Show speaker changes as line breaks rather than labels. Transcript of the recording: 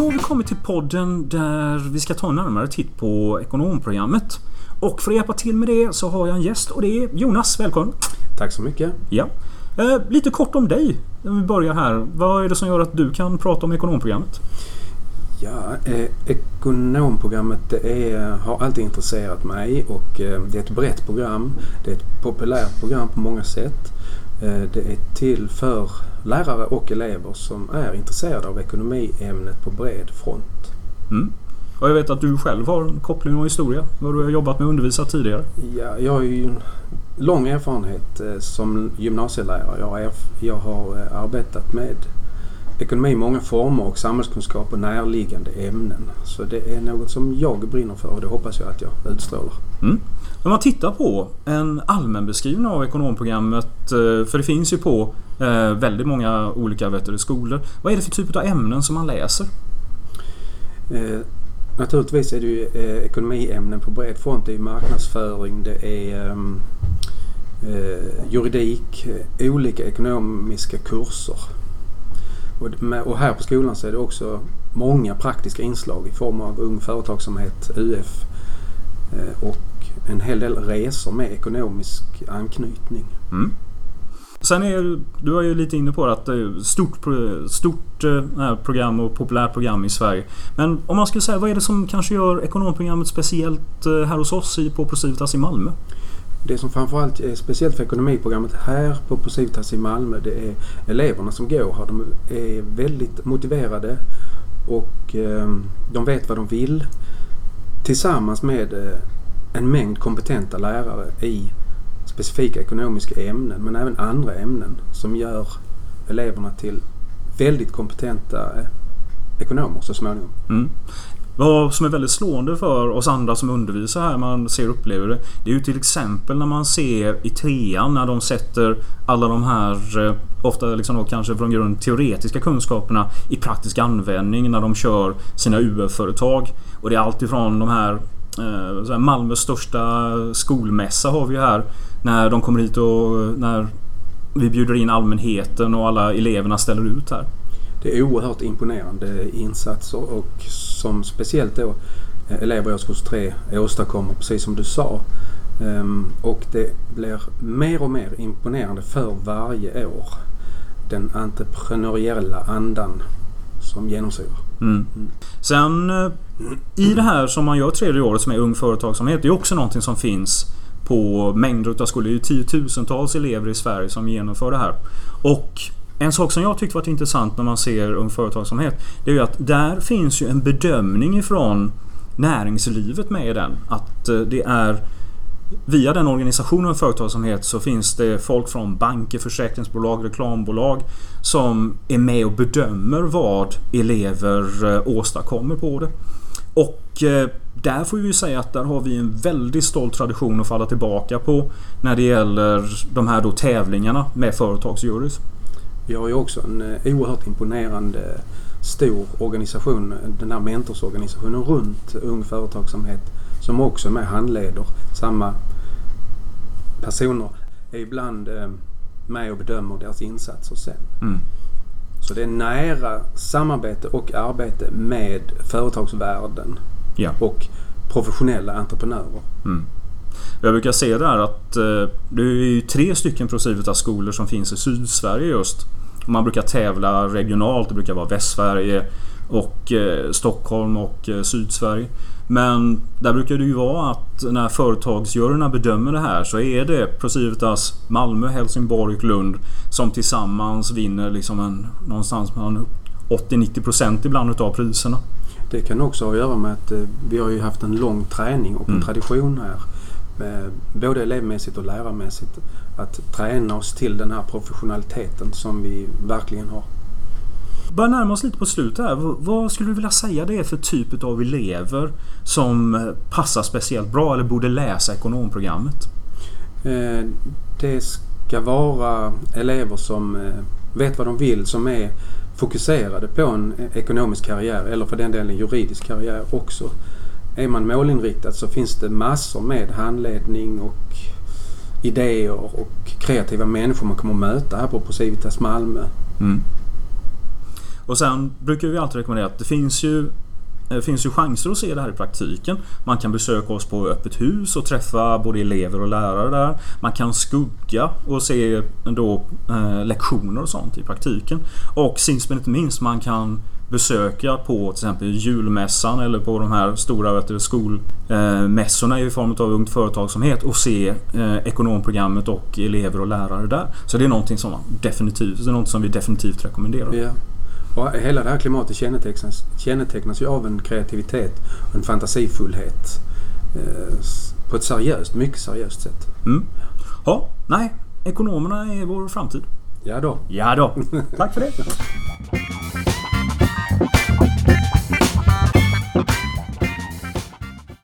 Då har vi kommit till podden där vi ska ta en närmare titt på ekonomprogrammet. Och för att hjälpa till med det så har jag en gäst och det är Jonas. Välkommen!
Tack så mycket.
Ja. Lite kort om dig. När vi börjar här. Vad är det som gör att du kan prata om ekonomprogrammet?
Ja, ekonomprogrammet har alltid intresserat mig och det är ett brett program. Det är ett populärt program på många sätt. Det är till för lärare och elever som är intresserade av ekonomiämnet på bred front.
Mm. Och jag vet att du själv har en koppling och historia. Vad du har jobbat med och undervisat tidigare.
Ja, jag har ju en lång erfarenhet som gymnasielärare. Jag har arbetat med ekonomi i många former och samhällskunskap och närliggande ämnen. Så det är något som jag brinner för och det hoppas jag att jag utstrålar.
Mm. Om man tittar på en allmän beskrivning av ekonomprogrammet, för det finns ju på väldigt många olika skolor. Vad är det för typ av ämnen som man läser?
Naturligtvis är det ju ekonomiämnen på bred front. Det är marknadsföring, det är juridik, olika ekonomiska kurser. Och här på skolan så är det också många praktiska inslag i form av ung företagsamhet, UF och en hel del resor med ekonomisk anknytning.
Mm. Sen du är ju lite inne på att det är stort program och populärt program i Sverige. Men om man skulle säga, vad är det som kanske gör ekonomprogrammet speciellt här hos oss på ProCivitas i Malmö?
Det som framförallt är speciellt för ekonomiprogrammet här på ProCivitas i Malmö, det är eleverna som går här. De är väldigt motiverade och de vet vad de vill tillsammans med en mängd kompetenta lärare i specifika ekonomiska ämnen men även andra ämnen som gör eleverna till väldigt kompetenta ekonomer så småningom.
Mm. Vad som är väldigt slående för oss andra som undervisar här, man ser och upplever det är ju till exempel när man ser i trean när de sätter alla de här ofta liksom då kanske från grund teoretiska kunskaperna i praktisk användning när de kör sina UF-företag. Och det är alltifrån de här Malmös största skolmässa har vi ju här när de kommer hit och när vi bjuder in allmänheten och alla eleverna ställer ut här.
Det är oerhört imponerande insatser och som speciellt då elever i årskurs 3 åstadkommer, precis som du sa. Och det blir mer och mer imponerande för varje år. Den entreprenöriella andan som genomsyrar.
Mm. Sen i det här som man gör tredje året som är ung företagsamhet, det är också någonting som finns på mängder av skolor. Det är 10 000-tals elever i Sverige som genomför det här. Och en sak som jag tyckte var intressant när man ser ung företagsamhet, det är ju att där finns ju en bedömning ifrån näringslivet med i den. Att det är via den organisationen av företagsamhet så finns det folk från banker, försäkringsbolag, reklambolag som är med och bedömer vad elever åstadkommer på det. Och där får vi säga att där har vi en väldigt stolt tradition att falla tillbaka på när det gäller de här då tävlingarna med företagsjurys.
Vi har ju också en oerhört imponerande stor organisation, den här mentorsorganisationen runt ung företagsamhet som också är med handleder. Samma personer är ibland med och bedömer deras insatser sen. Mm. Så det är nära samarbete och arbete med företagsvärlden och professionella entreprenörer. Mm.
Jag brukar se där att det är ju 3 stycken ProCivitas skolor som finns i Sydsverige just. Man brukar tävla regionalt, det brukar vara Västsverige och Stockholm och Sydsverige. Men där brukar det ju vara att när företagsjurorna bedömer det här så är det ProCivitas Malmö, Helsingborg och Lund som tillsammans vinner liksom någonstans mellan 80-90% ibland av priserna.
Det kan också ha att göra med att vi har ju haft en lång träning och en tradition här. Både elevmässigt och lärarmässigt att träna oss till den här professionaliteten som vi verkligen har.
Bara närma oss lite på slutet här. Vad skulle du vilja säga det är för typ av elever som passar speciellt bra eller borde läsa ekonomprogrammet?
Det ska vara elever som vet vad de vill, som är fokuserade på en ekonomisk karriär eller för den delen juridisk karriär också. Är man målinriktad så finns det massor med handledning och idéer och kreativa människor man kommer att möta här på ProCivitas Malmö.
Mm. Och sen brukar vi alltid rekommendera att det finns ju chanser att se det här i praktiken. Man kan besöka oss på öppet hus och träffa både elever och lärare där. Man kan skugga och se då lektioner och sånt i praktiken. Och sist men inte minst, man kan besöka på till exempel julmässan eller på de här stora skolmässorna i form av Ungt Företagsamhet och se ekonomprogrammet och elever och lärare där. Så det är någonting som vi definitivt rekommenderar.
Ja. Och hela det här klimatet kännetecknas ju av en kreativitet och en fantasifullhet på ett mycket seriöst sätt.
Ekonomerna är vår framtid.
Ja då.
Tack för det.